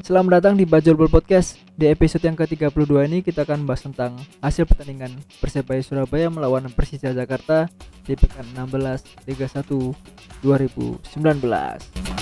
Selamat datang di Bajul Ball Podcast. Di episode yang ke-32 ini kita akan bahas tentang hasil pertandingan Persebaya Surabaya melawan Persija Jakarta di pekan 16 Liga 1 2019.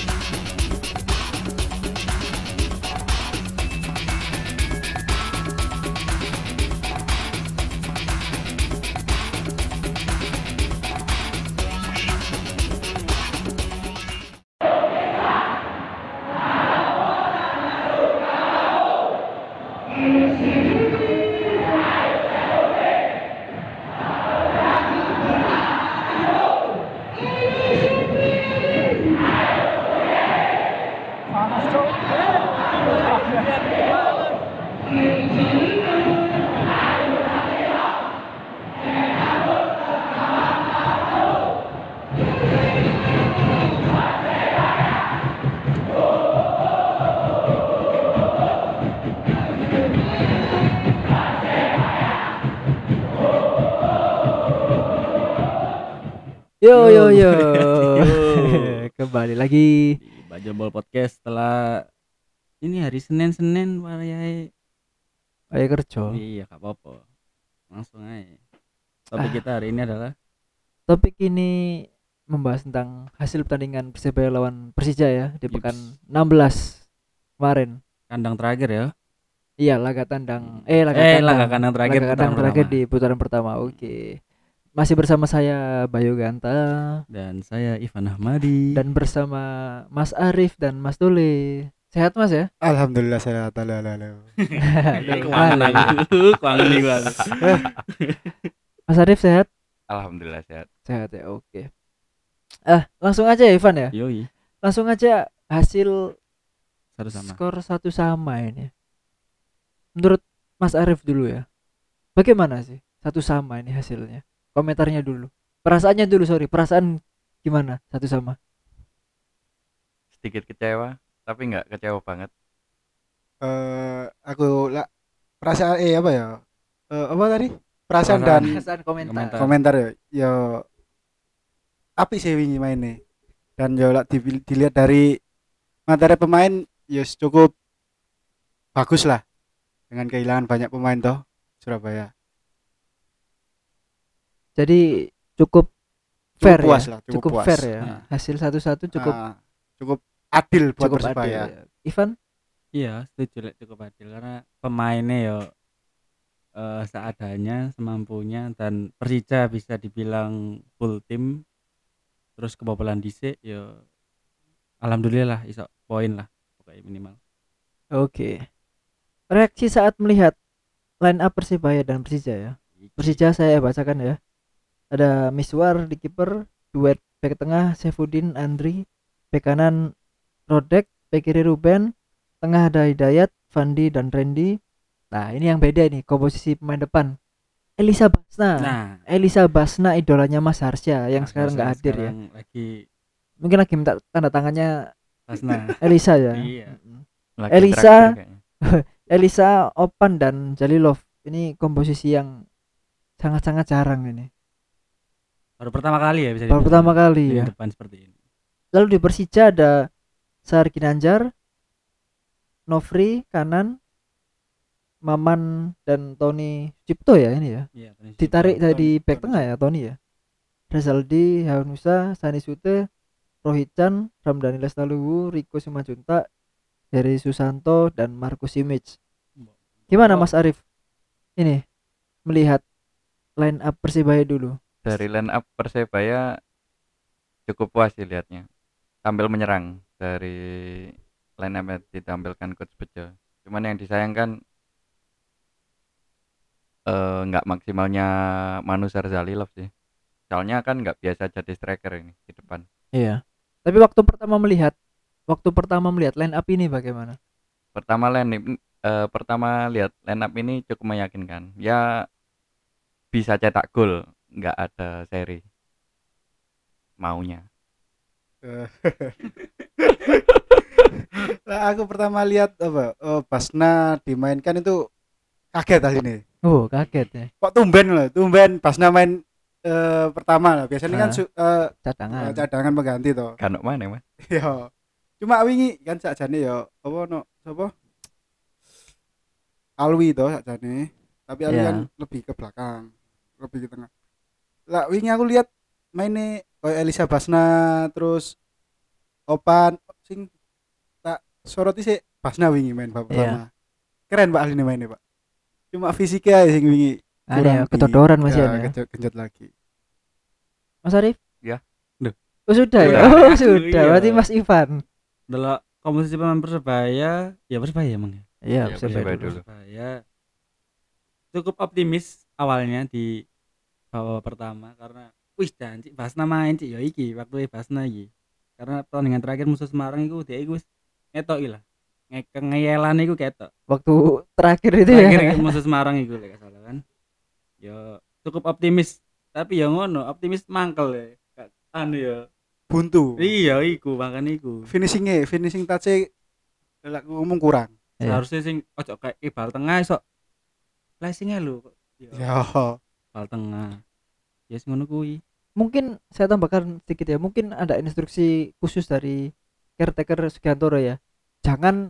Yo. Kembali lagi di Bajul Ball Podcast setelah ini hari Senin wayahe ayo kerja. Iya, gak apa-apa. Langsung aja. Topik kita hari ini adalah Topik ini membahas tentang hasil pertandingan Persebaya lawan Persija ya di pekan 16 kemarin. kandang terakhir ya. Iya, laga tandang laga kandang terakhir laga kandang terakhir di putaran pertama. Oke. Masih bersama saya Bayu Ganta dan saya Ivan Ahmadi dan bersama Mas Arif dan Mas Tule. Sehat Mas ya? Alhamdulillah sehat. Halo. Kangen nih gua. Mas Arif sehat? Alhamdulillah sehat. Sehat ya, oke. Langsung aja ya Ivan ya. Yoi. Langsung aja hasil Satu sama. skor 1-1 ini. Menurut Mas Arif dulu ya. Bagaimana sih 1-1 ini hasilnya? Komentarnya dulu. Perasaan gimana 1-1? Sedikit kecewa, tapi nggak kecewa banget. Aku lah perasaan apa ya? Apa tadi? Perasaan dan komentar ya. Yo apik sih wingi mainnya. Dan yo lah dilihat dari materi pemain ya cukup bagus lah. Dengan kehilangan banyak pemain toh Surabaya. Jadi cukup fair puas ya. lah, cukup puas. fair ya. Hasil 1-1 cukup adil buat cukup Persebaya. adil, ya. Ivan? Iya, setuju cukup adil karena pemainnya ya seadanya, semampunya, dan Persija bisa dibilang full tim. Terus kebobolan dhisik ya alhamdulillah iso poin lah pokoknya minimal. Oke. Reaksi saat melihat line up Persebaya dan Persija ya. Persija saya bacakan ya. Ada Miswar di kiper, duet bek tengah Saifuddin Andri, bek kanan Rodek, bek kiri Ruben, tengah ada Hidayat, Fandi dan Randy. Nah, ini yang beda nih komposisi pemain depan. Elisa Basna idolanya Mas Harsya yang sekarang nggak hadir ya. Mungkin lagi minta tanda tangannya Basna. Elisa ya. Iya. Elisa, Opan dan Jalilov. Ini komposisi yang sangat-sangat jarang ini. Baru pertama kali ya bisa Baru pertama kali ya. Depan seperti ini. Lalu di Persija ada Sar Ginanjar, Nofri kanan, Maman dan Tony Cipto ya ini ya. Iya, ditarik dari back tengah ya Tony ya. Rezaldi, Hanusa, Sani Sute, Rohichan, Ramdhani Lestaluhu, Riko Simajuntak, Heri Susanto dan Markus Simic. Gimana Mas Arif? Ini melihat line up Persebaya dulu. Dari line up Persebaya cukup puas sih lihatnya. Tampil menyerang dari line up yang ditampilkan Coach Bejo. Cuman yang disayangkan nggak maksimalnya Manu Jalilov sih. Soalnya kan nggak biasa jadi striker ini di depan. Iya. Tapi waktu pertama melihat line up ini bagaimana? Pertama lihat line up ini cukup meyakinkan. Ya bisa cetak gol, nggak ada seri. Maunya. Lah aku pertama lihat Basna dimainkan itu kaget tadi nih. Oh, kaget ya. Kok tumben Basna main pertama lah. Biasanya kan cadangan pengganti toh. Kan mana Mas? Yo. Cuma wingi kan sakjane ya apa no sapa Alwi to sakjane. Tapi Alwi Iya. kan lebih ke belakang, lebih ke tengah. Lah wingi aku lihat mainnya kayak Elisa Basna terus Opan sing tak soroti sih Basna wingi main babak Iya. pertama. Keren Pak Alwi mainnya Pak. Cuma fisiknya sing wingi Aneh ya, ketodoran masih ya, ya. genjot lagi. Mas Arif? Ya. Duh. Oh sudah ya. Sudah. Oh sudah. Iya. Berarti Mas Ivan. Adalah komposisi pemain Persebaya, ya Persebaya emang ya. Iya, Iya, Persebaya Persebaya dulu. dulu. Persebaya cukup optimis awalnya di babak pertama karena wih janji Basna main cik ya iki waktu Basna iki. Karena pertandingan terakhir musuh Semarang iku dia iku wis ngetok iki lah. Ngeyelan iku ketok. Waktu terakhir itu Terakhir ya. musuh Semarang iku lek gak salah kan. Ya cukup optimis, tapi ya ngono, optimis mangkel ya. Gak anu ya. Buntu. Iya iku makan iku. Finishing touch lek ngomong kurang. Iya. Seharusnya sing ojo kayak bal tengah iso flashing-nya lho. Ya. Bal tengah. Ya yes, ngono kuwi. Mungkin saya tambahkan sedikit ya. Mungkin ada instruksi khusus dari caretaker Sugiantoro ya. Jangan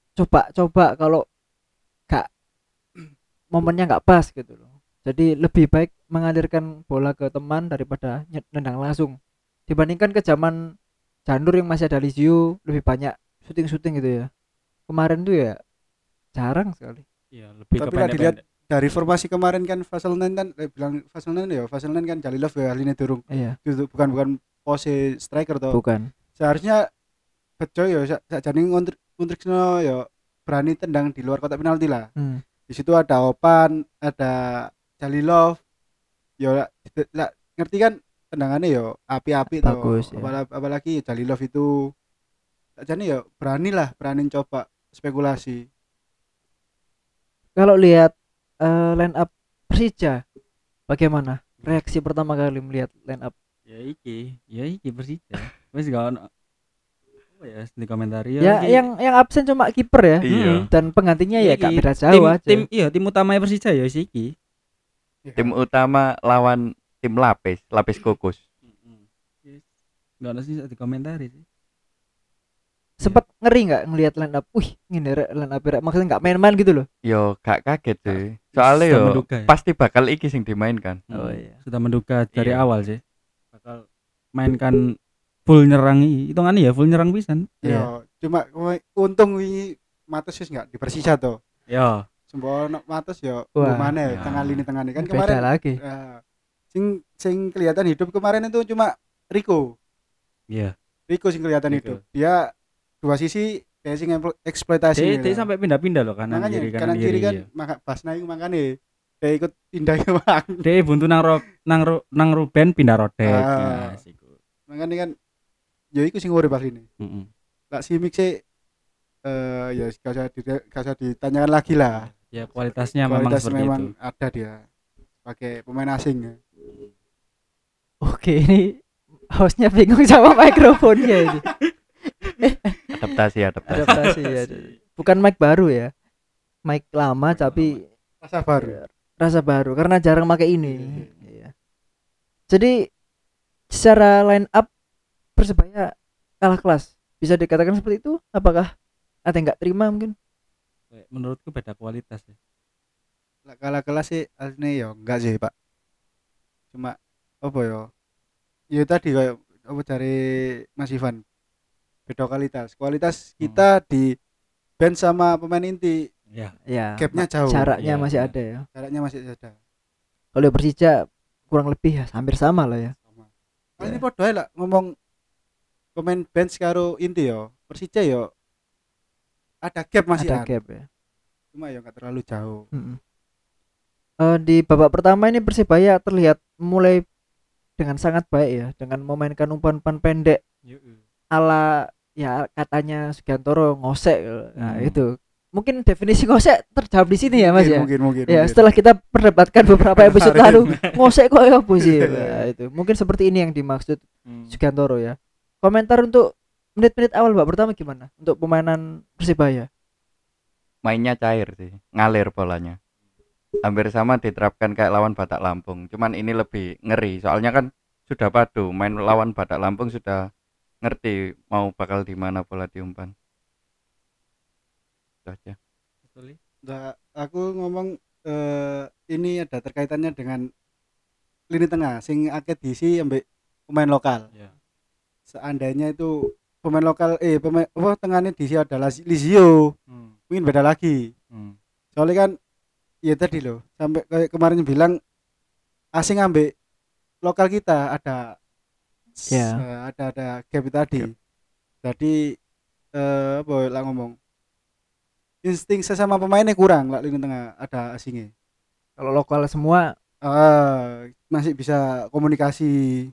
coba kalau gak momennya nggak pas gitu loh. Jadi lebih baik mengalirkan bola ke teman daripada nendang langsung. Dibandingkan ke zaman Janur yang masih ada Lizio, lebih banyak syuting gitu ya. Kemarin tuh ya jarang sekali. Iya, lebih Tapi ke lah dilihat pendek-pendek. dari formasi kemarin kan Faselnen kan bilang Faselnen kan Jalilov ya Haline Durung. Iya, Itu bukan pose striker toh. bukan. Seharusnya Bejo ya sakjane ngontriksno ya berani tendang di luar kotak penalti lah. Di situ ada Opan, ada Jalilov. Ya lah ngerti kan tendangannya ya api-api toh. Bagus, ya. Apalagi Jalilov itu sakjane ya berani coba spekulasi. Kalau lihat line up Persija, bagaimana reaksi pertama kali melihat line up? Ya iki Persija. Wis gak ono apa ya di komentar Ya, yang absen cuma kiper ya. Iya. Dan penggantinya ya gak iki, beda jauh aja. Tim utama Persija ya iki. Tim utama lawan tim lapis kukus. Yes. Gak ono sih di komentar sih. Sempat ngeri nggak ngelihat line up? Wih, ngene rek line up rek. Maksudnya nggak main-main gitu loh. Yo gak kaget sih. Soalnya Sudah yo menduga ya. pasti bakal iki sing dimainkan. Oh iya. Sudah menduga dari Iya. awal sih. Bakal mainkan full nyerang hitungannya ya full nyerang pisan. Ya, cuma untung wingi Matos wis enggak di Persija to. Ya. Sembono Matos ya Wah. mana Ya. tengah lini kan Beda kemarin lagi. sing kelihatan hidup kemarin itu cuma Rico Iya. sing kelihatan Rico. hidup. Dia dua sisi kayak sing eksploitasi. Dia sampai pindah-pindah loh kanan makanya kiri kanan kiri kan iya. maka Basna itu makanya dia ikut pindah ke Mang. Dia buntu nang Ruben pindah Rodet. Ah. Nah, siku. Makanya kan ya iku sing urip pas ini. Heeh. Lah si Mix ya gak usah ditanyakan lagi lah. Ya kualitasnya Kualitas memang seperti memang itu. ada dia pakai pemain asing ya. Oke, ini hostnya bingung sama mikrofonnya ini. Adaptasi. Adaptasi ya. Bukan mic baru ya. Mic lama tapi Rasa baru. rasa baru karena jarang pakai ini. Iya. Jadi secara line up Persebaya kalah kelas. Bisa dikatakan seperti itu? Apakah ada yang nggak terima mungkin? Menurutku beda kualitas ya. Lah kalah kelas sih aslinya ya enggak sih Pak. Cuma apa ya? Ya tadi kayak apa cari Mas Ivan. Beda kualitas kita di bench sama pemain inti Ya. Ya. gapnya jauh. Jaraknya Iya, masih iya. ada ya. Jaraknya masih ada. Kalau Persija kurang lebih ya hampir sama lah ya. Sama. Kali ini podo ae lah ngomong pemain bench karo inti ya. Persija ya ada gap masih Ada gap ya. Cuma ya enggak terlalu jauh. Di babak pertama ini Persebaya terlihat mulai dengan sangat baik ya, dengan memainkan umpan-umpan pendek ala ya katanya Sugiantoro ngosek. Nah, itu. Mungkin definisi ngosek terjawab di sini ya Mas ya. Mungkin. Ya, setelah kita perdebatkan beberapa episode lalu, ngosek kok apa sih? Nah, itu. Mungkin seperti ini yang dimaksud Sugiantoro ya. Komentar untuk menit-menit awal babak pertama gimana? Untuk permainan Persebaya. Mainnya cair sih, ngalir bolanya. Hampir sama diterapkan kayak lawan Batak Lampung. Cuman ini lebih ngeri. Soalnya kan sudah padu. Main lawan Batak Lampung sudah ngerti mau bakal di mana bola diumpan. Itu aja. Nah, aku ngomong ini ada terkaitannya dengan lini tengah sing akeh diisi ambek pemain lokal. Ya. Seandainya itu pemain lokal pemain tengahnya diisi adalah Lizio, mungkin beda lagi. Soalnya kan ya tadi loh, sampai kayak kemarin bilang asing ambek lokal kita ada ada gap tadi. Jadi apa lah ngomong insting sesama pemainnya kurang lah lini tengah ada asingnya. Kalau lokal semua masih bisa komunikasi.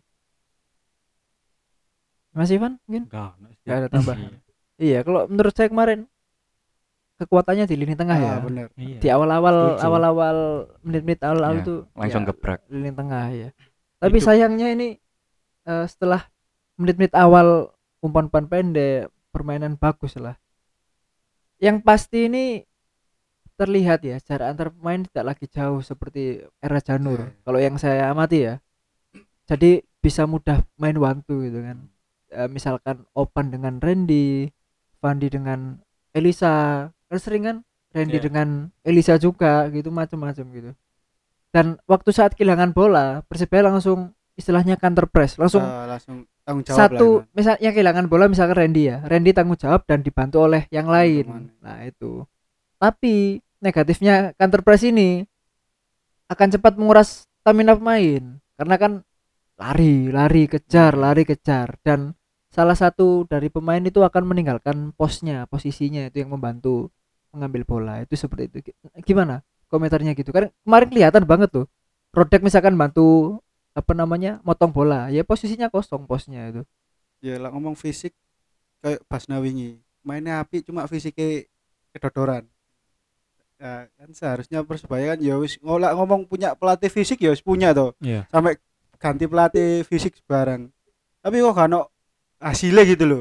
Mas Ivan mungkin Enggak ada tambahan. Iya, kalau menurut saya kemarin kekuatannya di lini tengah ya. Bener. Di awal-awal menit-menit awal itu langsung gebrak lini tengah ya. Tapi sayangnya ini setelah menit-menit awal umpan-umpan pendek, permainan bagus lah. Yang pasti ini terlihat ya jarak antar pemain tidak lagi jauh seperti era Janur. Kalau yang saya amati ya. Jadi bisa mudah main one two gitu kan. Misalkan Opan dengan Randy, Fandi dengan Elisa, kan sering kan Randy dengan Elisa juga gitu, macam-macam gitu. Dan waktu saat kehilangan bola, Persebaya langsung istilahnya counter press, langsung tanggung jawab satu misalnya kehilangan bola misalkan Randy tanggung jawab dan dibantu oleh yang lain. Nah itu. Tapi negatifnya counter press ini akan cepat menguras stamina pemain karena kan lari kejar dan salah satu dari pemain itu akan meninggalkan posisinya itu yang membantu mengambil bola itu seperti itu. Gimana komentarnya gitu kan kemarin kelihatan banget tuh Rodek misalkan bantu motong bola ya posisinya kosong posnya itu ya lah ngomong fisik kayak Basna wingi mainnya api cuma fisiknya kedodoran. Nah, kan seharusnya Persebaya kan ya wis ngomong punya pelatih fisik ya wis punya tuh sampai ganti pelatih fisik barang tapi kok gak ono hasilnya gitu loh.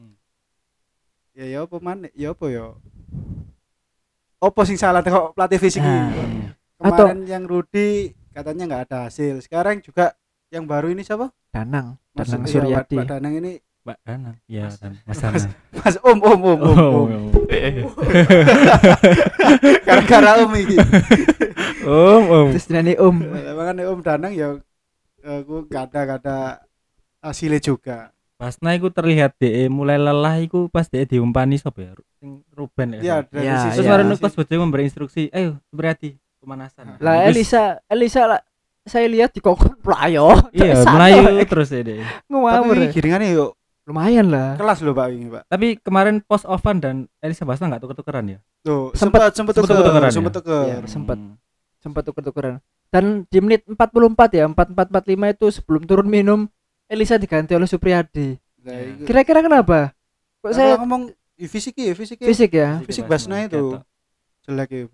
Ya apa man ya apa ya apa sing salah kok pelatih fisik ini kemarin yang Rudi katanya nggak ada hasil. Sekarang juga yang baru ini siapa? Danang Suryadi. Mbak Danang ini. Mbak Danang. Iya, Mas Danang. Mas Om. Gara-gara Om ini. Om. Terus nani Om. Makanya Om Danang ya aku gak ada hasilnya juga. Pasna iku terlihat mulai lelah iku pas diumpani sapa ya? Sing Ruben ya. Iya, terus kemarin pas bocah memberi instruksi, "Ayo, Supriyadi pemanasan." Lah Elisa lah saya lihat di kokon pelayo. Iya, melayu terus ya deh. Ngawur. Tapi giringannya yuk lumayan lah. Kelas loh Pak ini, Pak. Tapi kemarin post Ovan dan Elisa Basna enggak tuker-tukeran ya? Tuh, sempat tuker. Sempat tuker-tukeran. Dan di menit 44 ya, 44-45 itu sebelum turun minum Elisa diganti oleh Supriyadi. Kira-kira kenapa? Kok saya ngomong fisik ya. Fisik Basna itu jelek ya.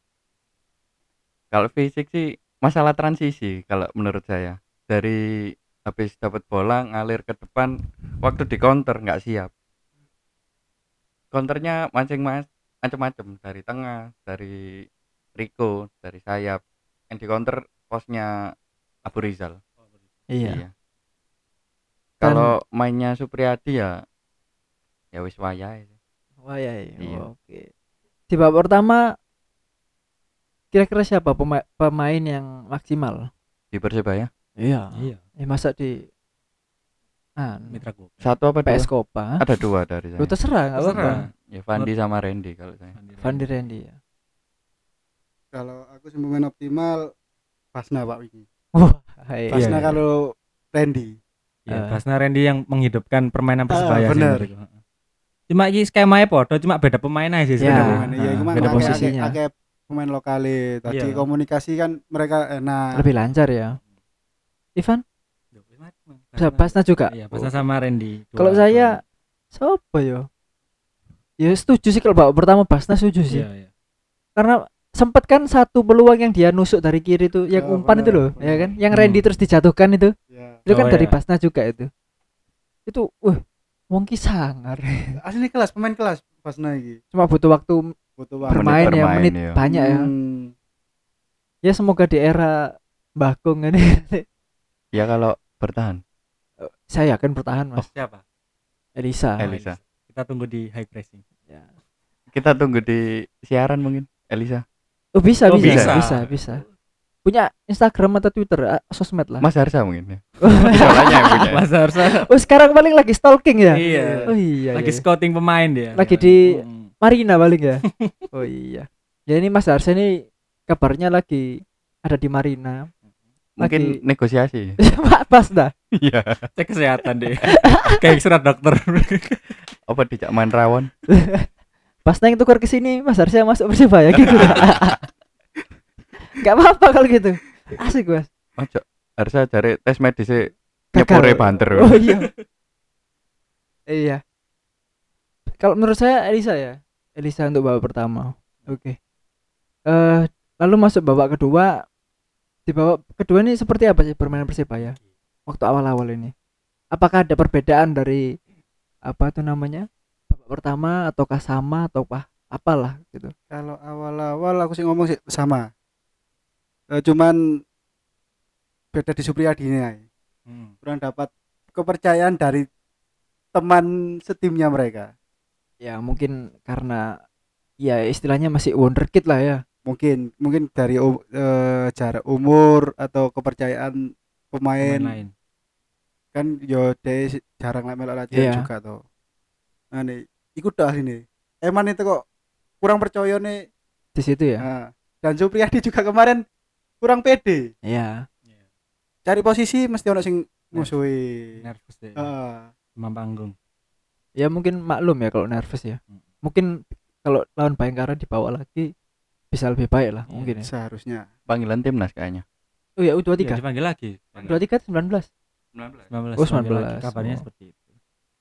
Kalau fisik sih masalah transisi kalau menurut saya. Dari habis dapat bola ngalir ke depan waktu di counter nggak siap. Counternya macam-macam dari tengah, dari Rico, dari sayap. Yang di counter posnya Abu Rizal. Iya. Kalau mainnya Supriyadi ya wis wayahe. Iya. Oke. Di babak pertama kira-kira siapa pemain yang maksimal di Persebaya? Iya. Masa di Mitra Group. Satu apa PS Kopa? Ada dua dari saya. Terserah apa? Ya Fandi sama Randy kalau saya. Fandi Randy ya. Kalau aku sih pemain optimal Basna Pak Wiki. Basna kalau Randy. Ya, Basna Randy yang menghidupkan permainan Persebaya sih. Cuma ini skemanya podo, cuma beda pemain aja sih sebenarnya. Iya, beda posisinya. Agak pemain lokal tadi komunikasi kan mereka enak. Lebih lancar ya. Ivan? Basna juga. Iya, Basna sama Randy. Kalau saya siapa ya? Ya setuju sih kalau babak pertama Basna setuju sih. Iya. Karena sempat kan satu peluang yang dia nusuk dari kiri itu yang umpan itu loh, ya kan? Yang Randy terus dijatuhkan itu. Itu kan dari Basna juga itu. Itu wong ki sangar. Asli kelas, pemain kelas Basna iki. Cuma butuh waktu bermain ya, menit banyak ya. Ya semoga di era Mbah Kung ini. Ya kalau bertahan. Saya yakin bertahan, Mas. Siapa? Elisa. Kita tunggu di high pressing. Ya. Kita tunggu di siaran mungkin Elisa. Oh bisa. Oh, Bisa. Punya Instagram atau Twitter, sosmed lah. Mas Harsa mungkin ya. Soalnya yang punya. Mas Harsa. Oh sekarang paling lagi stalking ya? Iya. Oh iya. Lagi scouting pemain dia. Lagi di Marina paling ya. Oh iya. Jadi ini Mas Harsa ini kabarnya lagi ada di Marina. Mungkin negosiasi. Pas dah. Iya. Cek kesehatan deh. Kayak surat dokter. Apa dijak main rawon? Pas neng tukar ke sini Mas Harsa masuk Persibaya gitu. Gak apa-apa kalau gitu. Asik Mas. Ojo Harsa cari tes medis nyepure banter. Oh iya. Iya. Kalau menurut saya Elisa ya. Elisa untuk babak pertama. Oke. Lalu masuk babak kedua. Di babak kedua ini seperti apa sih permainan Persibaya waktu awal-awal ini? Apakah ada perbedaan dari apa itu namanya babak pertama ataukah sama ataukah apalah gitu? Kalau awal-awal aku sih ngomong sih sama. Cuman beda di Supriyadi ini. Kurang dapat kepercayaan dari teman setimnya mereka. Ya mungkin karena ya istilahnya masih wonderkid lah ya. Mungkin dari jarak umur atau kepercayaan pemain lain. Kan yo de jarang melok latihan juga tuh. Nah nih ikut dah sini. Eman itu kok kurang percaya nih di situ ya. Nah, dan Supriyadi juga kemarin kurang pede. Iya. Cari posisi mesti ono sing musuhi. Nervous deh. Demam panggung. Ya mungkin maklum ya kalau nervous ya. Mungkin kalau lawan Bayangkara dibawa lagi bisa lebih baik lah mungkin ya. Seharusnya. Panggilan timnas kayaknya. Oh ya U23. Ya, dipanggil lagi. U23 19. 19. Oh 19. Kabarnya seperti itu.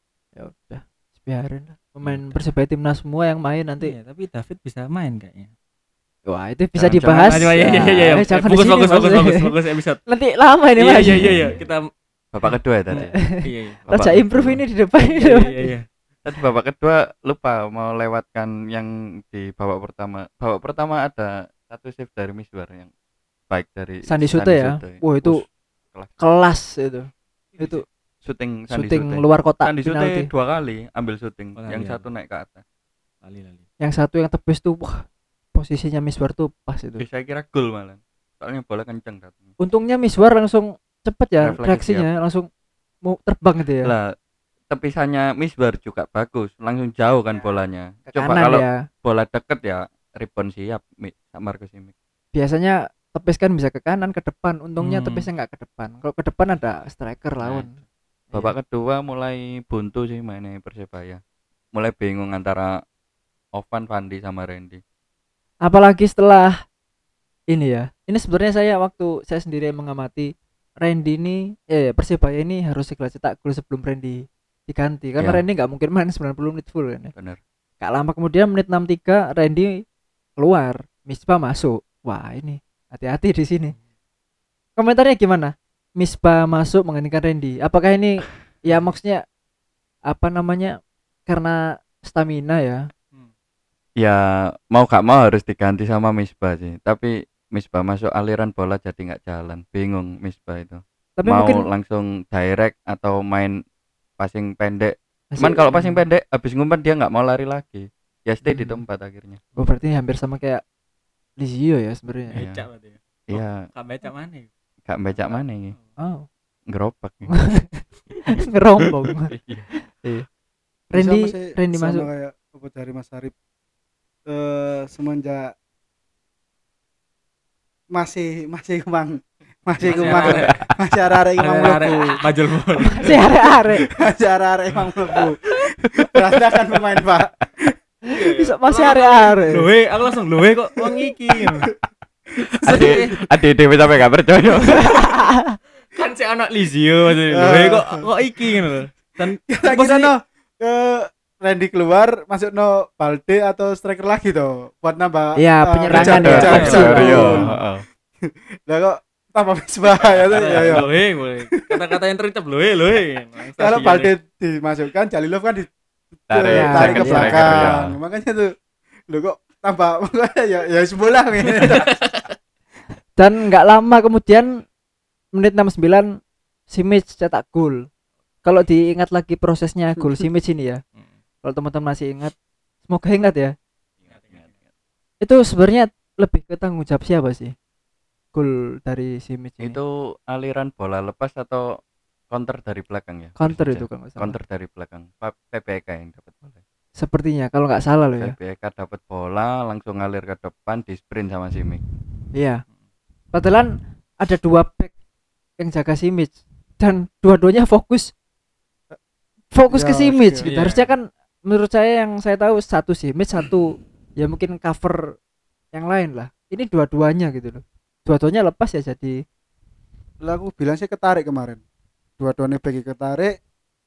Ya udah, biarin lah. Pemain Persibaya timnas semua yang main nanti. Iya, tapi David bisa main kayaknya. Wah, itu bisa dibahas. Iya. Fokus episode. Nanti lama ini Mas. Iya. Kita babak kedua ya tadi. Iya. Raja improve ini di depan. Iya. Tadi babak kedua lupa mau lewatkan yang di babak pertama. Babak pertama ada satu save dari Miswar yang baik dari Sandi Sute ya. Wah, itu kelas itu. Itu syuting luar kotak. Sandi Sute 2 kali ambil syuting. Yang satu naik ke atas. Lali. Yang satu yang tepis tuh wah, posisinya Miswar tuh pas itu. Saya kira gol malah. Soalnya bola kenceng datang. Untungnya Miswar langsung cepet ya reaksinya, langsung mau terbang gitu ya. Lah, tepisannya Miswar juga bagus, langsung jauh kan bolanya. Coba kanan kalau ya. Bola deket ya rebound siap Marcus Simic. Biasanya tepis kan bisa ke kanan ke depan, untungnya tepisnya nggak ke depan. Kalau ke depan ada striker lawan. Babak kedua mulai buntu sih mainnya Persebaya. Mulai bingung antara Ovan, Fandi sama Randy. Apalagi setelah ini ya. Ini sebenarnya saya waktu saya sendiri mengamati Randy ini Persebaya ini harus segera cetak gol sebelum Randy diganti karena Randy nggak mungkin main 90 menit full kan ya. Benar. Gak lama kemudian menit 63 Randy keluar, Misbah masuk. Wah, ini hati-hati di sini. Komentarnya gimana? Misbah masuk menggantikan Randy. Apakah ini ya maksudnya apa namanya? Karena stamina ya. Ya mau gak mau harus diganti sama Misbah sih. Tapi Misbah masuk aliran bola jadi nggak jalan. Bingung Misbah itu. Tapi mau mungkin langsung direct atau main passing pendek. Cuman kalau passing pendek habis ngumpet dia nggak mau lari lagi. Ya stay di tempat akhirnya. Oh berarti hampir sama kayak Lizio ya sebenarnya. Becak berarti. Iya. Gak becak mana? Gak becak mana ini? Oh. Ngeropak. Ngerombong. Iya. Randy masuk kayak apa dari Mas Arif. Semenjak masih kemang masih arek imam mlebu majul mul masih arek imam mlebu berantakan pemain Pak bisa masih arek loe aku langsung loe kok wong iki ade dhewe sampe gak percaya kan si anak Lizio loe kok iki ngono dan posisi Randy keluar masuk no Balde atau striker lagi tuh buat nambah penyerangan ya. Lah kok tambah Misbah ya. Loe. Kata-kata yang terucap loe. Kalau Balde dimasukkan Jalilov kan ditarik ke belakang. Makanya tuh lo kok tambah ya sebelah nih. Dan enggak lama kemudian menit 69 Simic cetak gol. Kalau diingat lagi prosesnya gol Simic ini ya. Kalau teman-teman masih ingat, semoga ingat ya. Ingat. Itu sebenarnya lebih ke tanggung jawab siapa sih? Gol dari Simic ini. Itu aliran bola lepas atau counter dari belakang ya? Counter Persija. itu kan nggak salah. Counter dari belakang. PPK yang dapat bola. Sepertinya kalau nggak salah loh ya. PPK dapat bola langsung ngalir ke depan, di sprint sama Simic. Iya. Padahal ada 2 back yang jaga Simic dan dua-duanya fokus ke Simic gitu. Iya. Harusnya kan menurut saya yang saya tahu satu Simic, satu ya mungkin cover yang lain lah. Ini dua-duanya gitu loh. Dua-duanya lepas ya jadi. Lah aku bilang sih ketarik kemarin. Dua-duanya bagi ketarik.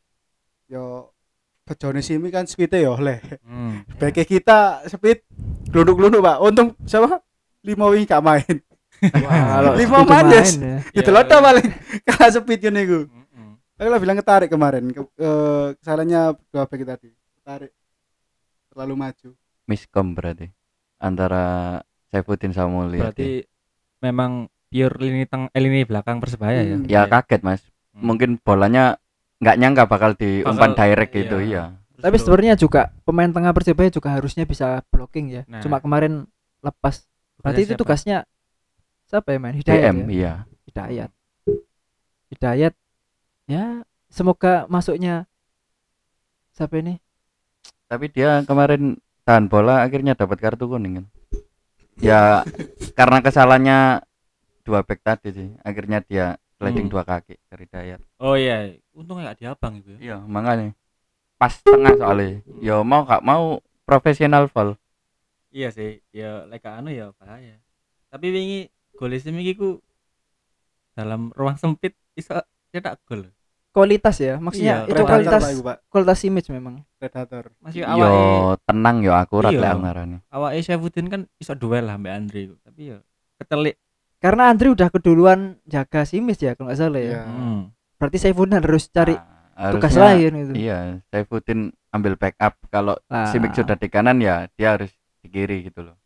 Yo bejone Simi kan speed yo oleh. Bagi kita speed glunduk-glunduk, Pak. Untung siapa? 5 wingi gak main. Wah, 5 main ya. Itu loh paling kalah speed ngene iku. Aku lah bilang ketarik kemarin. Kesalahannya dua bagi tadi. Ketarik. Terlalu maju. Miskom berarti antara Saifuddin sama Mulyadi. Berarti memang pure lini belakang Persebaya ya. Ya kaget Mas. Mungkin bolanya nggak nyangka bakal diumpan direct gitu iya. ya. Tapi sebenarnya juga pemain tengah Persebaya juga harusnya bisa blocking ya. Nah. Cuma kemarin lepas. Berarti itu Siapa? tugasnya siapa ya main? Hidayat. DM Ya? iya. Hidayat. Ya, semoga masuknya siapa ini? Tapi dia kemarin tahan bola akhirnya dapat kartu kuning kan. Ya karena kesalahannya 2 back tadi sih. Akhirnya dia sliding 2 kaki dari Hidayat. Oh iya, untungnya gak diabang itu ya. Iya, makanya pas tengah soalnya. Ya mau gak mau profesional foul. Iya sih, ya leka anu ya bahaya. Tapi wingi gol iki ku dalam ruang sempit iso cetak gol. Kualitas ya. Maksudnya Iya, itu kualitas image memang. Predator. Masih Yo tenang yo akurat Iya. lek ngarani. awake Saifuddin kan iso duel lah mbak Andre, tapi ya ketelik. Karena Andri udah keduluan jaga Simis ya kalau nggak salah ya. Iya. Berarti Saifuddin harus cari Nah, tugas harusnya- lain gitu. Iya, Saifuddin ambil backup kalau Nah, Simic sudah di kanan ya dia harus di kiri gitu loh.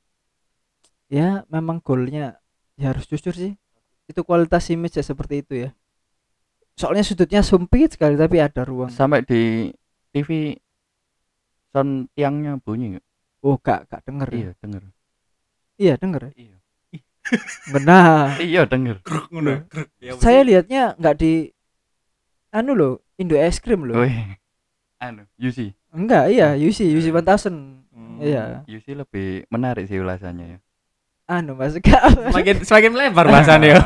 ya memang golnya ya harus jujur sih. Itu kualitas image ya seperti itu ya. Soalnya sudutnya sempit sekali tapi ada ruang. Sampai di TV sound tiangnya bunyi nggak? Oh, gak denger. Iya denger. Iya, denger. Iya. Benar. Iya denger. Ngono. Saya lihatnya nggak di anu loh, Indo es krim loh. Wih. Anu, Yusi. Enggak, iya, UC 1000. Iya. Yusi lebih menarik sih ulasannya ya. Anu Mas. Semakin melebar bahasannya.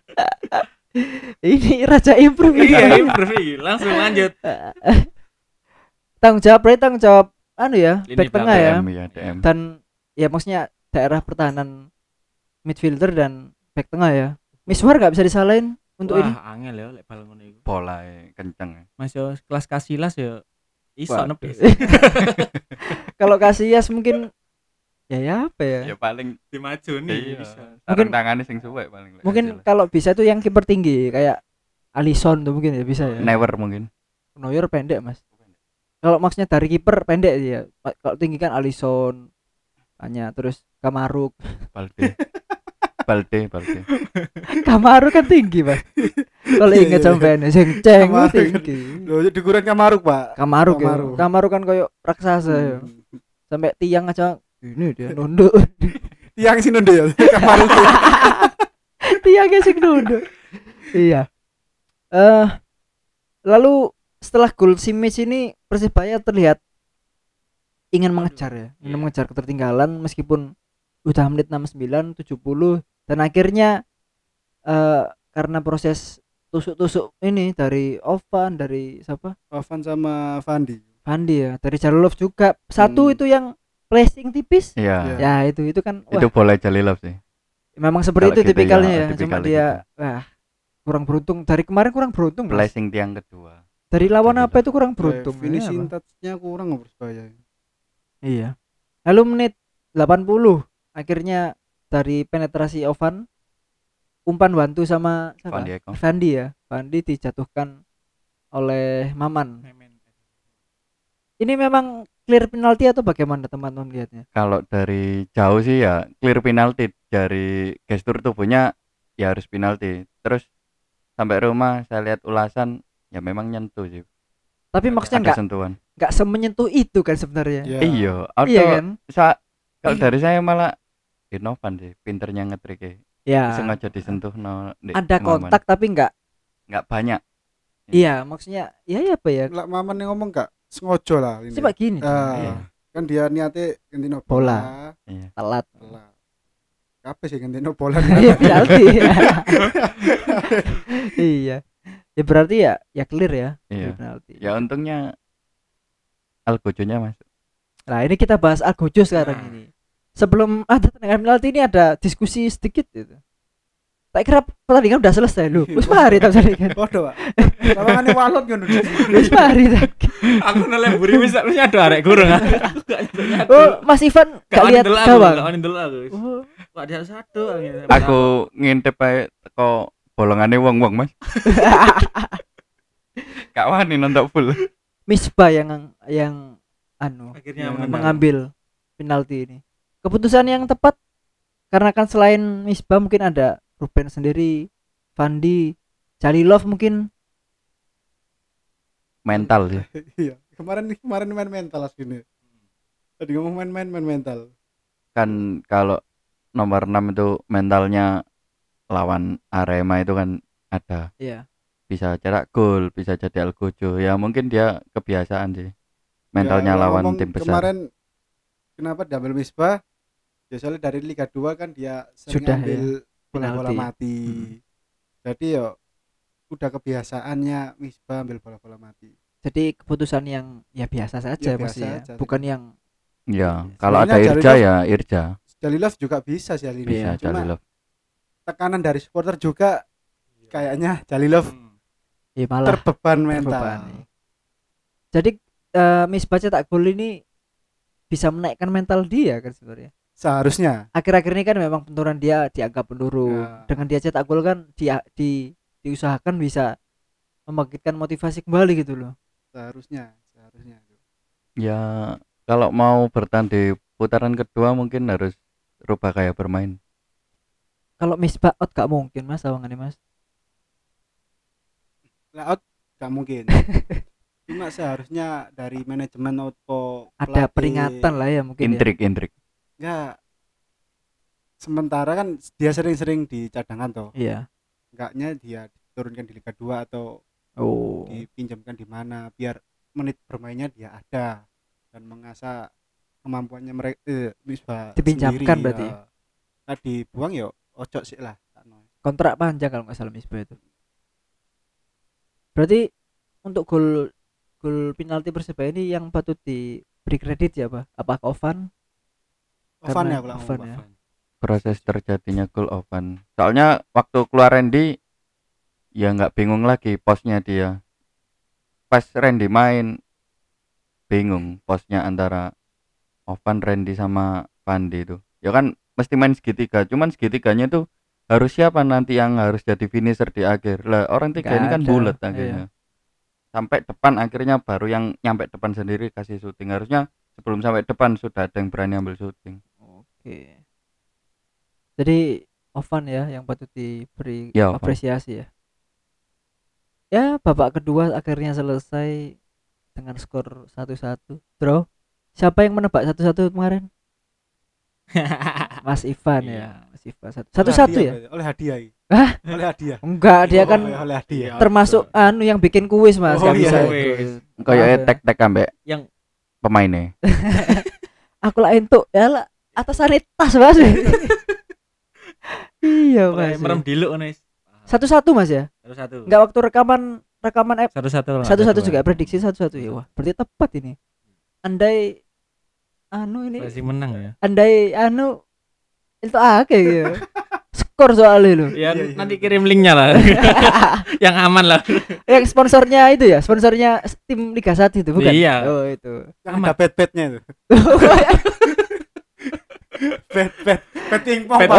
Ini Raja Improve. Iya, improve iki. Langsung lanjut. Tanggung jawab anu ya, Lini back tengah ya. DM ya, DM. Dan ya maksudnya daerah pertahanan midfielder dan back tengah ya. Miswar nggak bisa disalahin untuk ini. Wah, angel ya lek bal ngono iku. Bola kenceng ya. Mas yo kelas Casillas yo iso Wah. nepis. Kalau Casillas mungkin ya apa ya? Ya paling Dimaju iya. bisa. Sarung tangannya sing suwek paling. lek Mungkin Casillas. kalau bisa tuh yang kiper tinggi kayak Alisson tuh mungkin ya bisa ya. Never mungkin. Neuer pendek Mas. Kalau maksudnya dari kiper pendek ya. Kalau tinggi kan Alisson, hanya terus Kamaruk. Balde. Kamaruk kan tinggi Mas. Kalau ingat sampean sing ceng Kamaruk kan. tinggi. Loh, dikuran Kamaruk, Pak. Kamaruk ya. Kamaruk. Kamaruk kan kayak raksasa ya. Sampai tiang aja ini dia nunduk. Tiang sih nunde ya. Kamaruk. Tiangnya sing nunduk. Iya. Lalu setelah gol Simic ini Persibaya terlihat ingin mengejar ya, ingin mengejar ketertinggalan meskipun udah menit 69, 70 dan akhirnya karena proses tusuk-tusuk ini dari Ovan, dari siapa? Ovan sama Fandi. Fandi ya, dari Jalilov juga. Satu itu yang placing tipis. Iya. Ya, itu kan Itu bola Jalilov sih. memang seperti Kalau itu gitu tipikalnya ya, ya. tipikal Cuma dia kurang beruntung. Dari kemarin kurang beruntung. Mas. Placing tiang kedua. Dari lawan Jalilov. apa itu kurang beruntung. Finishing Iya, touch-nya kurang Persibaya. Iya. Lalu menit 80 akhirnya dari penetrasi Ovan umpan bantu sama siapa? Fandi Eko. Fandi ya. Fandi dijatuhkan oleh Maman. Ini memang clear penalti atau bagaimana teman-teman lihatnya? Kalau dari jauh sih ya clear penalti, dari gestur tubuhnya ya harus penalti. Terus sampai rumah saya lihat ulasan ya memang nyentuh sih. Tapi maksudnya enggak semenyentuh itu kan sebenarnya. Iya, kan? Kalau dari saya malah Inovan sih, pinternya ngetriknya. Ya. Sengaja disentuh ada kontak tapi enggak banyak. Iya, maksudnya ya apa ya? Lah Maman yang ngomong enggak sengaja lah ini. Coba gini. Kan dia niatnya ganti bola. Iya. Telat. Apa sih ganti bola? Iya, penalti. Iya. Ya berarti ya clear ya. Iya. Penalti. Ya untungnya Algojo-nya masuk. Nah, ini kita bahas Algojo sekarang ini. Sebelum ada tendangan penalti ini ada diskusi sedikit gitu. Tak kira pertandingan udah selesai lu. Wis mari ta pertandingan. Waduh, Pak. Lawangane walot ngono. Wis mari ta. Aku nelemburi wis ada arek gurung. Oh, Mas Ivan gak lihat gawang. Gak ndelok aku. Kok ada satu. Aku ngintip ae teko bolongane wong-wong, Mas. Gak wani nonton full. Misbah yang akhirnya mengambil penalti ini. Keputusan yang tepat karena kan selain Misbah mungkin ada Ruben sendiri, Fandi, Jalilov mungkin mental sih. Iya, kemarin main mental aslinya. Tadi ngomong main mental. Kan kalau nomor 6 itu mentalnya lawan Arema itu kan ada. Iya. Bisa cetak gol, bisa jadi Algojo. Ya mungkin dia kebiasaan sih. Mentalnya lawan tim besar. Kemarin kenapa diambil Misbah? Ya soalnya dari Liga 2 kan dia sering ambil bola-bola mati. Jadi ya udah kebiasaannya Misbah ambil bola-bola mati. Jadi keputusan yang ya biasa saja maksudnya, bukan yang ya kalau ada Irja ya Irja. Jalilov juga bisa sih ini. Bisa Jalilov. Tekanan dari supporter juga kayaknya Jalilov malah terbeban mental. Jadi Misbah cetak gol ini bisa menaikkan mental dia kan sebenarnya. Seharusnya. Akhir-akhir ini kan memang penurunan dia dianggap menurun. Ya. Dengan dia cetak gol kan diusahakan bisa membangkitkan motivasi kembali gitu loh. Seharusnya. Ya kalau mau bertahan di putaran kedua mungkin harus rubah kayak bermain. Kalau Misbah out gak mungkin Mas lawangannya Mas. Out gak mungkin. Cuma seharusnya dari manajemen atau ada peringatan lah ya mungkin. Intrik. Enggak. Sementara kan dia sering-sering di cadangan toh. Iya. Enggaknya dia diturunkan di Liga 2 atau dipinjamkan di mana biar menit bermainnya dia ada dan mengasah kemampuannya mereka bisa dipinjamkan sendiri, berarti. Nah, dibuang ya ojo sih lah. Kontrak panjang kalau nggak salah Misbah itu. Berarti untuk gol penalti Persebaya ini yang patut diberi kredit ya Apa Ovan? Ovan ya. Proses terjadinya gol Ovan. Soalnya waktu keluar Randy ya nggak bingung lagi posnya dia. Pas Randy main bingung posnya antara Ovan, Randy sama Pandi itu. Ya kan mesti main segitiga. Cuman segitiganya tuh harus siapa nanti yang harus jadi finisher di akhir. Lah orang tiga ini kan bulat akhirnya. Iya. Sampai depan akhirnya baru yang nyampe depan sendiri kasih syuting. Harusnya sebelum sampai depan sudah ada yang berani ambil syuting. Oke. Jadi Ovan ya yang patut diberi apresiasi ya. Ya babak kedua akhirnya selesai dengan skor 1-1 draw. Siapa yang menebak 1-1 kemarin? Mas Ivan ya. Mas Ivan 1-1 ya. Oleh hadiah. Hah? Oleh hadiah. Enggak, dia kan oleh hadiah. Termasuk yang bikin kuis Mas, enggak bisa. Kayak tek-tek ambek yang pemainnya. Aku lah entuk ya lah atasane tas Mas. Iya Mas. Merem diluk Mas. 1-1 Mas ya? 1-1. Enggak waktu rekaman 1-1 juga prediksi 1-1 ya. Wah, berarti tepat ini. Andai ini masih menang ya. Andai itu gitu. Skor soalnya lo. Ya, nanti kirim linknya lah. Yang aman lah. Yang sponsornya itu ya, sponsornya tim Liga 1 itu bukan? Iya. Oh itu. Yang ada bet-betnya itu. Betting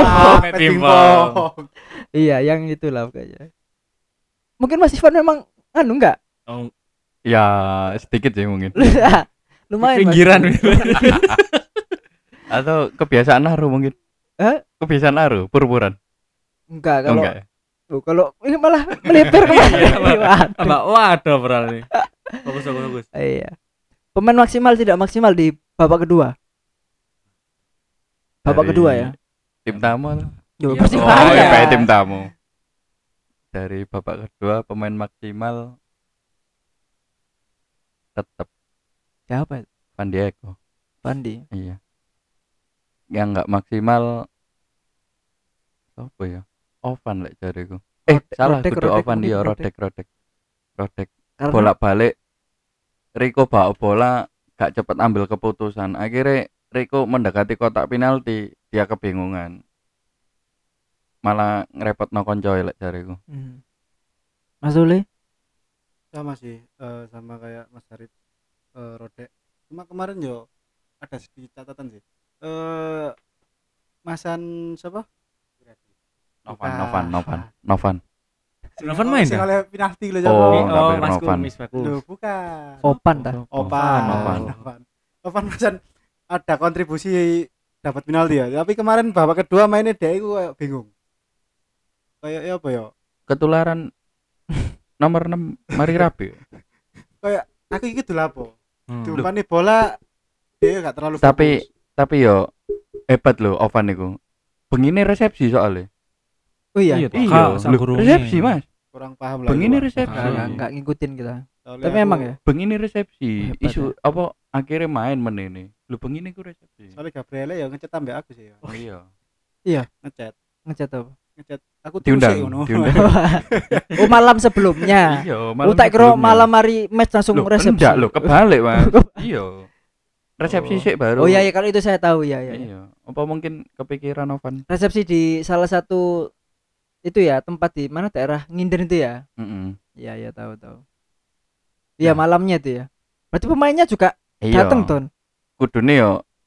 pom. Iya, yang itulah kayaknya. Mungkin Mas Ivan memang enggak? Oh. Ya, sedikit sih mungkin. Lumayan pinggiran. Atau kebiasaan naruh mungkin. Kebiasaan naruh pur-puran. Enggak kalau ini malah melebar kemana? Waduh berarti. Bagus. Iya. Pemain maksimal tidak maksimal di babak kedua. Babak kedua ya. Tim tamu. Yo, Iya, Persibaya. Kayak tim tamu. Dari babak kedua pemain maksimal tetap Siapa itu? Van Diego. Pandi. Iya. Yang enggak maksimal apa ya? Ovan lek jariku. Salah kudu Ovan dia Rodek. Karena Bolak-balik Rico bawa bola gak cepet ambil keputusan. Akhirnya Rico mendekati kotak penalti, dia kebingungan. Malah ngerepotno koncoe lek jariku. Mas Uli sama sih sama kayak Mas Harit Rodek. Cuma kemarin yo ada sedikit catatan sih. Masan siapa? Novan. Novan main sing dah? oleh penalti lho Novan. Lho bukan. Opan dah. Opan Masan ada kontribusi dapat penalti ya. Tapi kemarin babak kedua mainnya dia itu kayak bingung. Kayak apa ya? Ketularan nomor 6 Mari Rabi. Kayak aku iki dulu apa? Diumpani bola dia gak terlalu Tapi yo hebat loh Ovan niku. Bengine resepsi soalnya. Oh iya. Resepsi Mas. Kurang paham lah. Bengine resepsi. Enggak ngikutin kita. Tapi emang ya. Bengine resepsi. Hebat, Isu apa akhirnya main menene. Lu bengine ku resepsi. Soalnya Gabriele ya ngechat ambek aku sih ya. Oh iya. Iya. Ngechat apa? Aku Diundang. Oh malam sebelumnya. Iya, tak kira malam hari match langsung resepsi. Enggak lho, kebalik Mas. Iya. Resepsi sih baru. Oh iya kalau itu saya tahu ya. Iya. Apa mungkin kepikiran Ovan? Resepsi di salah satu itu ya tempat di mana daerah Nginden itu ya. Iya tahu. Iya malamnya itu ya. Berarti pemainnya juga datang Ton. Kudune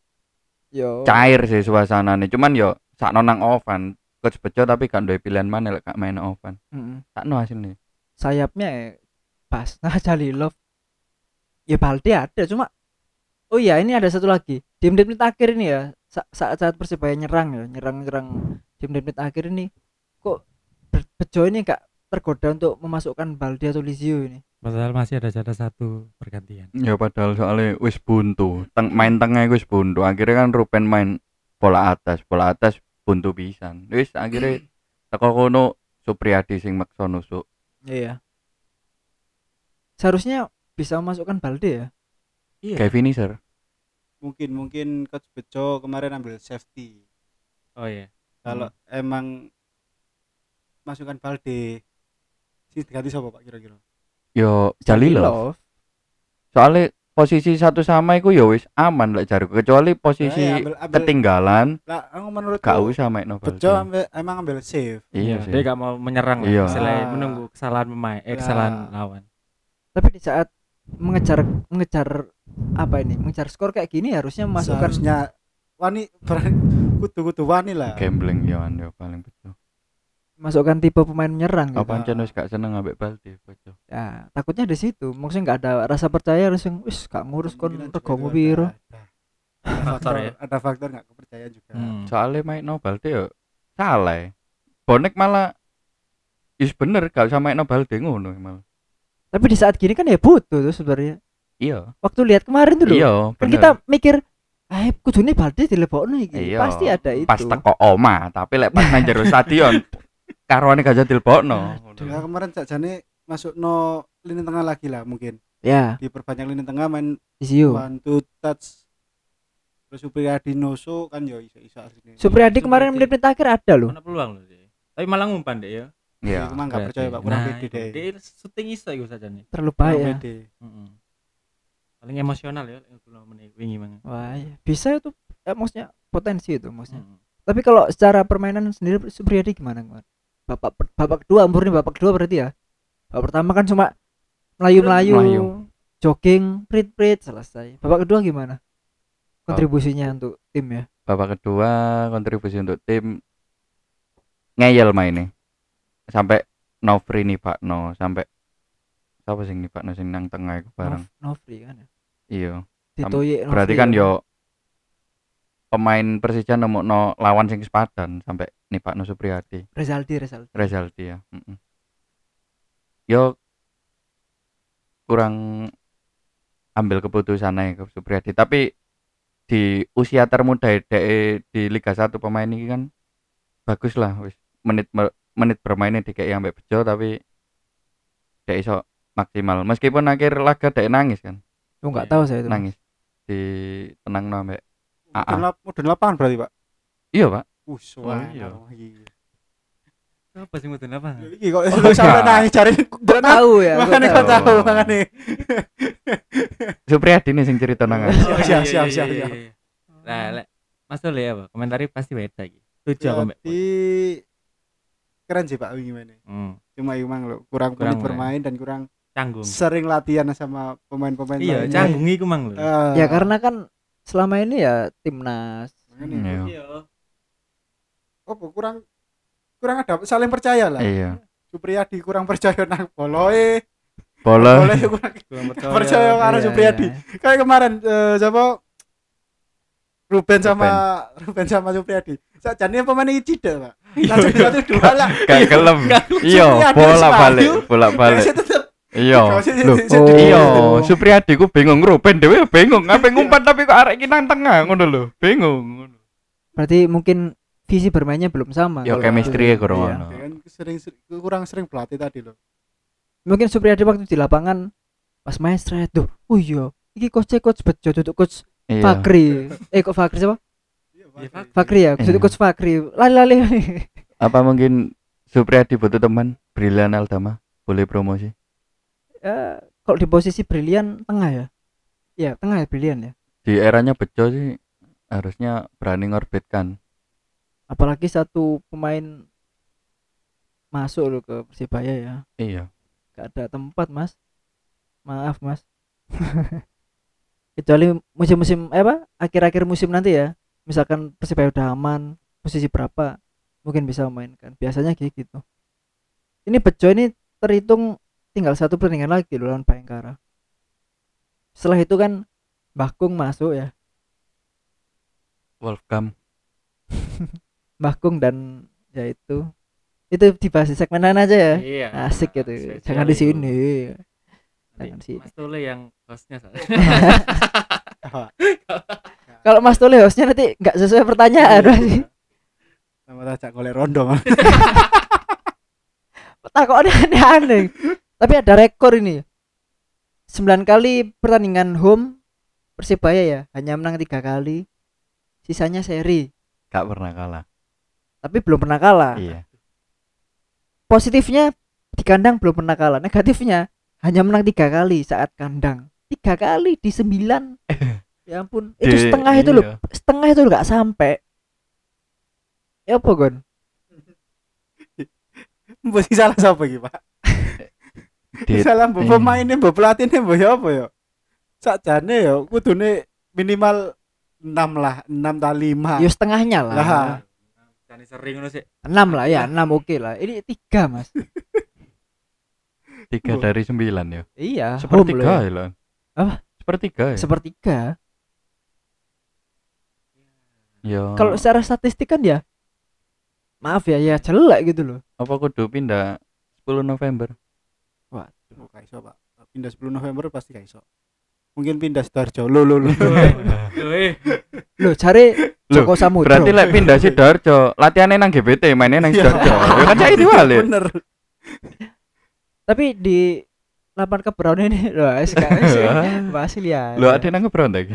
yo cair sih suasanane. Cuman yo sakno nang Ovan. Coach Bejo tapi gak duwe pilihan mana lek gak main Ovan. Sakno hasilnya. Sayapnya pas nah Jalilov. Ya Balde ada cuma oh iya ini ada satu lagi. Di menit-menit akhir ini ya saat Persibaya nyerang di menit-menit akhir ini kok Bejo ini gak tergoda untuk memasukkan Balde atau Lizio ini. Padahal masih ada jatah satu pergantian. Ya padahal soalnya wis buntu. Main tengah wis buntu. Akhirnya kan Ruben main bola atas buntu pisan. Wis akhirnya teko kono Supriyadi sing maksa nusuk. Iya. Seharusnya bisa memasukkan Balde ya. Iya. Kayak finisher. Mungkin Coach Bejo kemarin ambil safety. Oh iya. Kalau emang masukkan Balde sih ganti siapa Pak kira-kira? Yo Jalilov. Soalnya posisi satu sama iku ya wis aman lek jariku kecuali posisi ketinggalan. Lah menurut gak usah main Balde. Bejo emang ambil save. Iya sih. Dia gak mau menyerang lah. Selain menunggu kesalahan pemain, kesalahan lawan. Tapi di saat mengejar apa ini? Mengejar skor kayak gini harusnya memasukkan kudu wani lah. Gambling yo paling betul. Masukkan tipe pemain menyerang gitu. Pancen wis gak seneng ambek Balde Bejo. Ya, takutnya di situ. Maksudnya enggak ada rasa percaya langsung wis gak ngurus kon rego piro. Ada faktor enggak kepercayaan juga. Soalnya main Balde yo salah. Bonek malah is bener gak usah main Balde ngono malah. Tapi di saat gini kan ya butuh tuh sebenarnya. Iya. Waktu lihat kemarin tuh loh. Iya, kan kita mikir kudune Balde dilebokno iki. Iya, pasti ada itu. Pas teko oma, tapi lek pas nang jero stadion karone gak jadi dilebokno. Ya kemarin sakjane masukno lini tengah lagi lah mungkin. Ya. Diperbanyak lini tengah main Lizio. One two touch. Terus Supriyadi Noso kan ya iso asline. Supriyadi kemarin menit-menit akhir ada loh. Ada peluang loh sih. Tapi malah ngumpan deh ya. Iya. Emang enggak percaya Pak kurang pede deh. Dia syuting iso iku sajane. Terlalu bahaya. Paling emosional ya kalau wingi mang. Wah, iya. Bisa itu maksudnya potensi itu maksudnya. Tapi kalau secara permainan sendiri Supriyadi gimana kemarin? Babak kedua umurnya babak kedua berarti ya. Babak pertama kan cuma melayu, jogging, prit selesai. Babak kedua gimana? Kontribusinya untuk tim ya. Babak kedua kontribusi untuk tim ngeyel mainnya. Sampai Novri Nipakno sampai siapa sing Nipakno sing nang tengah iku bareng. Novri kan ya. Iya. Novri Berarti kan yo pemain Persija nemokno lawan sing sepadan sampai Nipakno Supriyadi. Rezaldi ya. Yo kurang ambil keputusan aja ke Supriyadi. Tapi di usia termuda di Liga 1 pemain ini kan bagus lah wis menit bermainnya dikei ambek bejo tapi dek iso maksimal meskipun akhir laga dek nangis kan. Enggak tahu saya itu. Nangis di tenang ambek mudun lapangan berarti Pak. Iya Pak. Iya. Apa sih mudun lapangan? Iki kok sampai nangis cari Enggak tahu ya. Makane kok tahu makane. Supriyadi nih sing cerita nang. Siap. Nah, Mas Tole apa? Komentari pasti beda iki. Setuju aku mbak. Keren sih Pak gimana? Cuma emang lo kurang bermain dan kurang canggung. Sering latihan sama pemain-pemain lainnya. Iya, canggung iku mang lo. Ya karena kan selama ini ya timnas. Iya. Kurang ada saling percaya lah. Iya. Supriyadi kurang percaya nang boloe kurang percaya karo Supriyadi. Kayak kemarin siapa Ruben sama Supriyadi. Sakjane pemain iki cidek, Pak. Satu dua lah. Kayak kelem. Iya, bola balik. Iya. Iya, Supriyadi ku bingung, Ruben dhewe bingung, ngapain ngumpat tapi kok arek iki nang tengah ngono lho. Bingung. Berarti mungkin visi bermainnya belum sama. Ya chemistry-nya kurang ono. Kurang sering berlatih tadi loh. Mungkin Supriyadi waktu di lapangan pas main straight tuh. Oh iya, iki coach bejo duduk coach Fakri. Kok Fakri siapa? Fakri ya, coach Fakri. Lali. Apa mungkin Supriyadi butuh teman? Brilian Aldama boleh promosi? Ya, kalau di posisi Brilian tengah ya. Iya, tengah ya Brilian ya. Di eranya Bejo sih harusnya berani ngorbitkan. Apalagi satu pemain masuk loh ke Persibaya ya. Iya. Gak ada tempat Mas. Maaf Mas. Kecuali musim-musim akhir-akhir musim nanti ya. Misalkan Persibaya udah aman, posisi berapa mungkin bisa memainkan. Biasanya kayak gitu. Ini Bejo ini terhitung tinggal satu pertandingan lagi loh lawan Bayangkara. Setelah itu kan Mbahkung masuk ya. Wolfgang Mbahkung dan ya itu dibahas di segmenan aja ya. Iya. Asik gitu. Jangan di sini. Jangan sini. Mas Tole yang hostnya. Kalau Mas Tole hostnya nanti nggak sesuai pertanyaan sih. Sama tak golek rondo. Takutnya aneh-aneh. Tapi ada rekor ini. 9 kali pertandingan home Persibaya ya hanya menang 3 kali. Sisanya seri. Gak pernah kalah. Tapi belum pernah kalah. Iya. Positifnya di kandang belum pernah kalah. Negatifnya hanya menang 3 kali saat kandang. 3 kali di 9. Ya ampun. Itu setengah itu loh. Setengah itu nggak sampai. Ya apa Gon? Mbok salah sapa iki, Pak? Salah mbok pemaine, mbok pelatihne mbok ya apa ya? Sakjane ya kudune minimal 6 lah, 6 ta 5. Ya setengahnya lah. Lah. Jane sering ngono sih. 6 lah ya, 6 oke lah. Ini 3, Mas. 3 dari 9 ya. Iya. Sepertiga ya lah. Apa? Sepertiga ya. Sepertiga. Ya. Kalau secara statistik kan ya maaf ya jelek gitu loh. Apa kudu pindah 10 November? Waduh, gak iso, Pak. Pindah 10 November pasti gak iso. Mungkin pindah Sidoarjo. Lo. Loh, cari Joko Samudro. Berarti lek pindah Sidoarjo, latihannya nang GPT, mainnya nang Sidoarjo. Ya kan cai diwale. Bener. Tapi di lapangan Kebron ini loh, masih lihat. Lo ada nang Kebron lagi.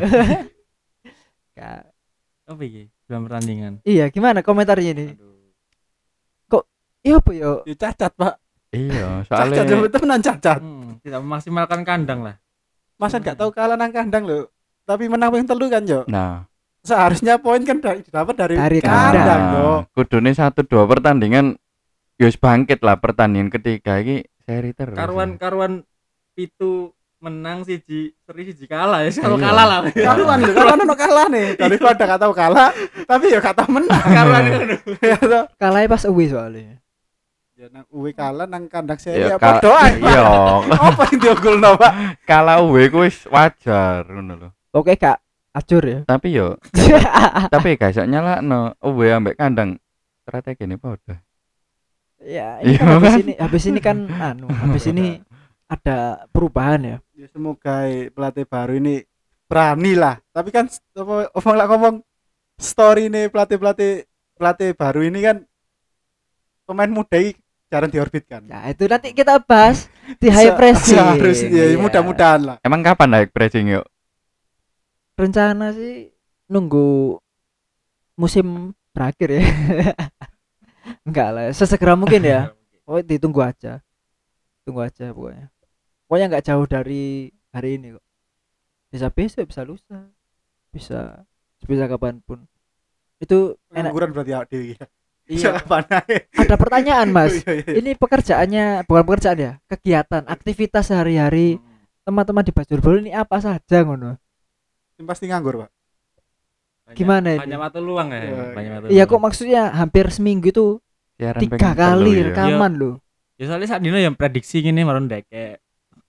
Apa iki? Dalam pertandingan. Iya, gimana komentarnya ini? Kok iya apa ya? Ya cacat, Pak. Iya, soalnya cacat temenan cacat. Tidak memaksimalkan kandang lah. Masa enggak tahu kalah nang kandang lho. Tapi menang ping 3 kan, Jo. Nah, seharusnya poin kan didapat dari kandang, Jo. Kudune 1-2 pertandingan ya wis bangkit lah pertandingan ketiga iki seri terus. Karuan pitu menang siji kalah ya. Kalau kalah lah. Karuan ono kalah nih. Daripada gak tahu kalah, tapi ya gak tahu menang. Karuan ngono. Kalahnya pas away soalnya. Ya nang uwe kalah nang kandang seri ya, apa doa. Iya. Apa yang diunggulno, Pak? Kalah uwe ku wis wajar ngono lho. Oke, Kak. Acur ya. Tapi yo tapi gak iso nyalakno uwe ambek kandang strategi ini padha. Ya, ini kan habis ini kan habis ini ada perubahan ya. Ya semoga pelatih baru ini berani lah. Tapi kan ngomong story nih pelatih baru ini kan pemain muda jarang diorbitkan. Ya itu nanti kita bahas di high pressing. Harus ya, mudah-mudahan lah. Emang kapan high pressing yuk? Rencana sih nunggu musim berakhir ya. Enggak lah, sesegera mungkin ya. Oh, ditunggu aja. Tunggu aja pokoknya. Pokoknya enggak jauh dari hari ini kok. Bisa besok, bisa lusa. Bisa kapanpun. Itu pengangguran berarti ya Dewi. Iya. Ada pertanyaan Mas. Ini pekerjaannya bukan pekerjaan ya, kegiatan, aktivitas sehari-hari teman-teman di Bajul Bol ini apa saja ngono? Pasti nganggur, Pak. Gimana ini? Banyak waktu luang ya. Iya kok maksudnya hampir seminggu itu Siaran 3 kali rekaman loh. Ya soalnya saat ini yang prediksi gini marun deke.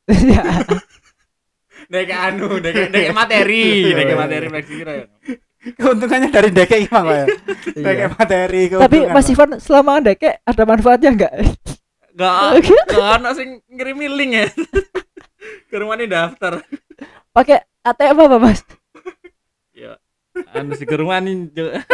Deke materi prediksi kira. Keuntungannya dari deke gimana ya? Deke materi. Tapi Mas Ivan selama deke ada manfaatnya enggak? Enggak ana sing ngirimi link ya. Ke rumahnya daftar. Pakai ATM apa, Mas? Ya. Anu si ke rumahnya.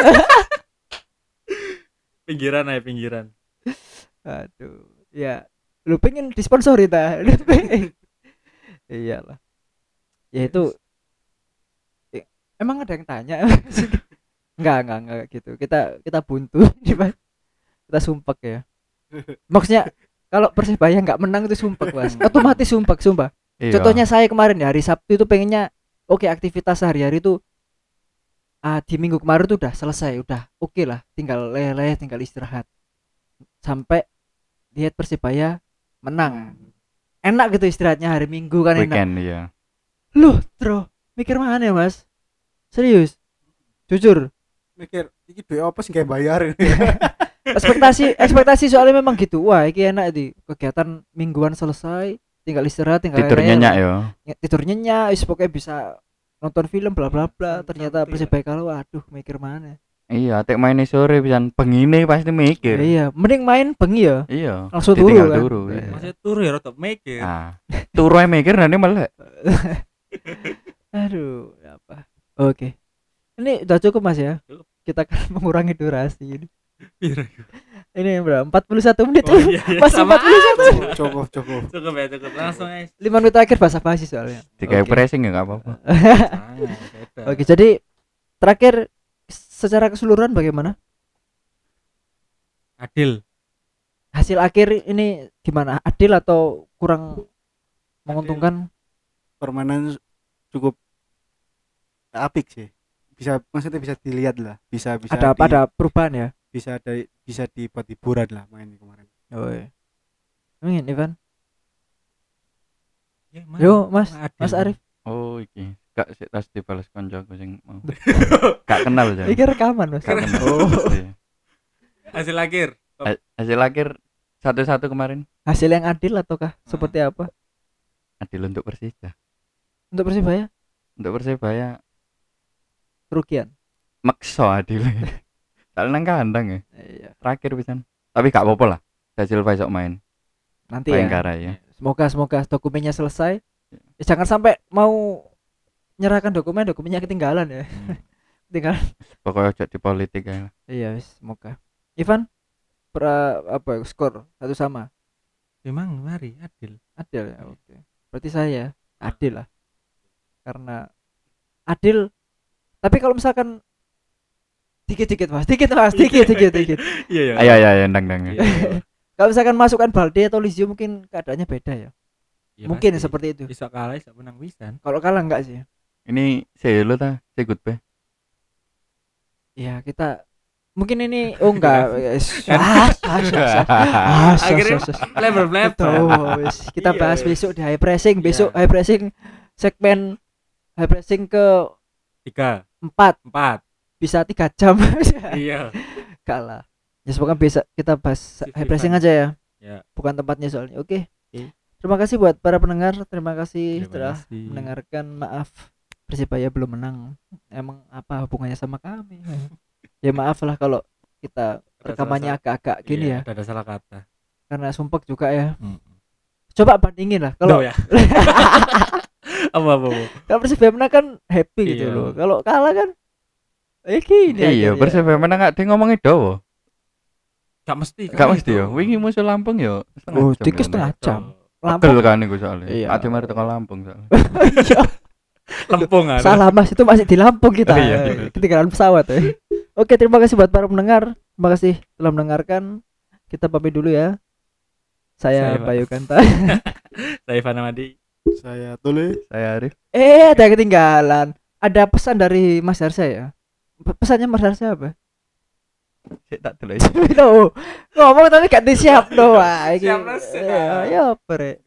Pinggiran. Aduh, ya. Lu pengen disponsori ta? Iyalah. Ya itu emang ada yang tanya? Enggak gitu. Kita buntu kita sumpek ya. Maksudnya kalau Persebaya enggak menang itu sumpek, Mas. Otomatis sumpah. Iya. Contohnya saya kemarin ya, hari Sabtu itu pengennya aktivitas sehari-hari itu di minggu kemarin tuh udah selesai, udah oke lah, tinggal leleh, tinggal istirahat. Sampai lihat Persebaya menang. Enak gitu istirahatnya hari Minggu kan. Weekend, enak. Iya. Loh, mikir mana ya, Mas? Serius? Jujur? Mikir iki duit apa sih kayak bayar. ekspektasi soalnya memang gitu. Wah, iki enak di kegiatan mingguan selesai, tinggal istirahat, tinggal tidur nyenyak ya. Tidur nyenyak, pokoknya bisa nonton film bla bla bla. Ternyata Persebaya kalau aduh mikir mana. Iya, tek main sore pisan pengine pasti mikir. Iya, mending main bengi ya. Iya. Langsung turu kan. Iya. Masih turu ya rada mikir. Turu ae mikir nanti malah. Aduh, apa? Oke. Ini udah cukup Mas ya? Cukup. Kita akan mengurangi durasi ini. Ini berapa? 41 menit. Oh, iya. Masih 41. Cukup. Cukup langsung guys. 5 menit terakhir basa-basi soalnya. Dikai pressing ya enggak apa-apa. Oke, jadi terakhir secara keseluruhan bagaimana? Adil. Hasil akhir ini gimana? Adil atau kurang menguntungkan? Permainan cukup apik sih. Maksudnya bisa dilihat lah. Bisa ada perubahan ya? Bisa dibuat hiburan lah main kemarin. Oh iya. Ingin Ivan? Ya, Yo Mas Arif. Oh iki. Gak sik tas dibalas koncoku sing mau. Gak kenal aja. Iki rekaman Mas. Oh. Hasil akhir. Hasil akhir 1-1 kemarin. Hasil yang adil ataukah seperti apa? Adil untuk Persija. Untuk Persebaya? Untuk Persebaya kerugian. Makso adil. Soalnya nang kandang ya. Iya. Terakhir pisan. Tapi gak apa-apa lah. Hasil besok main. Nanti ya. Semoga dokumennya selesai. Jangan sampai mau nyerahkan dokumennya ketinggalan ya. Ketinggalan. Pokoknya aja di politik ya. Iya, semoga. Ivan skor 1-1. Memang mari adil ya. Oke. Berarti saya adil lah. Karena adil. Tapi kalau misalkan dikit Mas. Iya. Ayo endang. Kalau misalkan masukkan Balde atau Lizio mungkin keadaannya beda ya. Mungkin pasti. Seperti itu. Bisa kalah, bisa menang pisan. Kalau kalah enggak sih? Ini selo ta, goodbye. Iya, kita mungkin ini enggak. Akhirnya level Kita bahas besok di high pressing. Besok high pressing segmen high pressing ke 4 bisa 3 jam. Iya. Kalah. Ya semoga bisa kita bahas high pressing aja ya. Bukan tempatnya soalnya. Oke. Terima kasih buat para pendengar. Terima kasih telah mendengarkan. Maaf Persebaya belum menang. Emang apa hubungannya sama kami? Ya maaf lah kalau kita rekamannya agak-agak gini ya. Ada salah kata. Karena sumpek juga ya. Coba bandingin lah kalau ya. apa. Kalau Persibaya menang kan happy gitu loh. Kalau kalah kan gini iya Persibaya menang gak ngomongin dowo. Gak mesti ya. Wingi musuh Lampung yo. Setengah jam. Lampung kan niku soalnya. Ade mari teko Lampung soalnya. Iya. Lampung kan. Salah Mas, itu masih di Lampung kita. Ketinggalan pesawat ya. Oke, terima kasih buat para pendengar. Terima kasih telah mendengarkan. Kita pamit dulu ya. Saya Bayu Kanta. Saya Fana Madi. Saya Tule. Saya Arif. Ada ketinggalan. Ada pesan dari Mas Harsa ya. Pesannya Mas Harsa apa? Saya tak tulis. No. Ngomong tapi gak disiap no. Ya apa rek?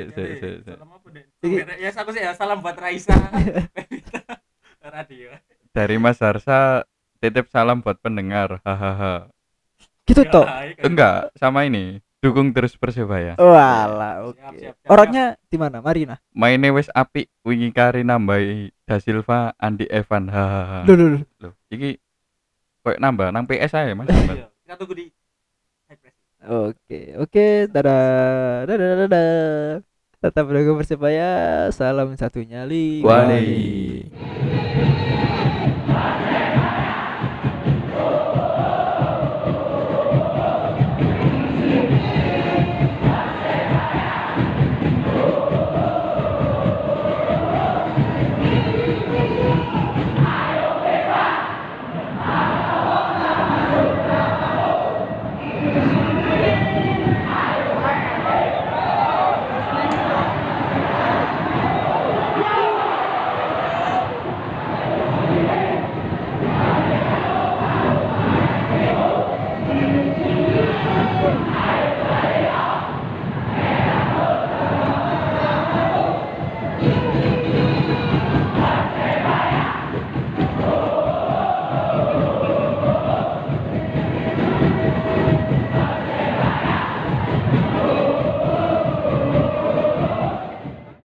Ya aku sih ya salam buat Raisa. Radio. Dari Mas Harsa titip salam buat pendengar. Hahaha. Gitu toh? Enggak, sama ini. Dukung terus Persibaya. Walah, oke. Orangnya di mana? Marina. Maine wis apik wingi kari nambahi Da Silva, Andi Evan. Hahaha. Loh, iki koyo nambah nang PS aja Mas. Kita tunggu di Oke, dadah. Tetap dukung Persibaya. Salam satu nyali. Wani.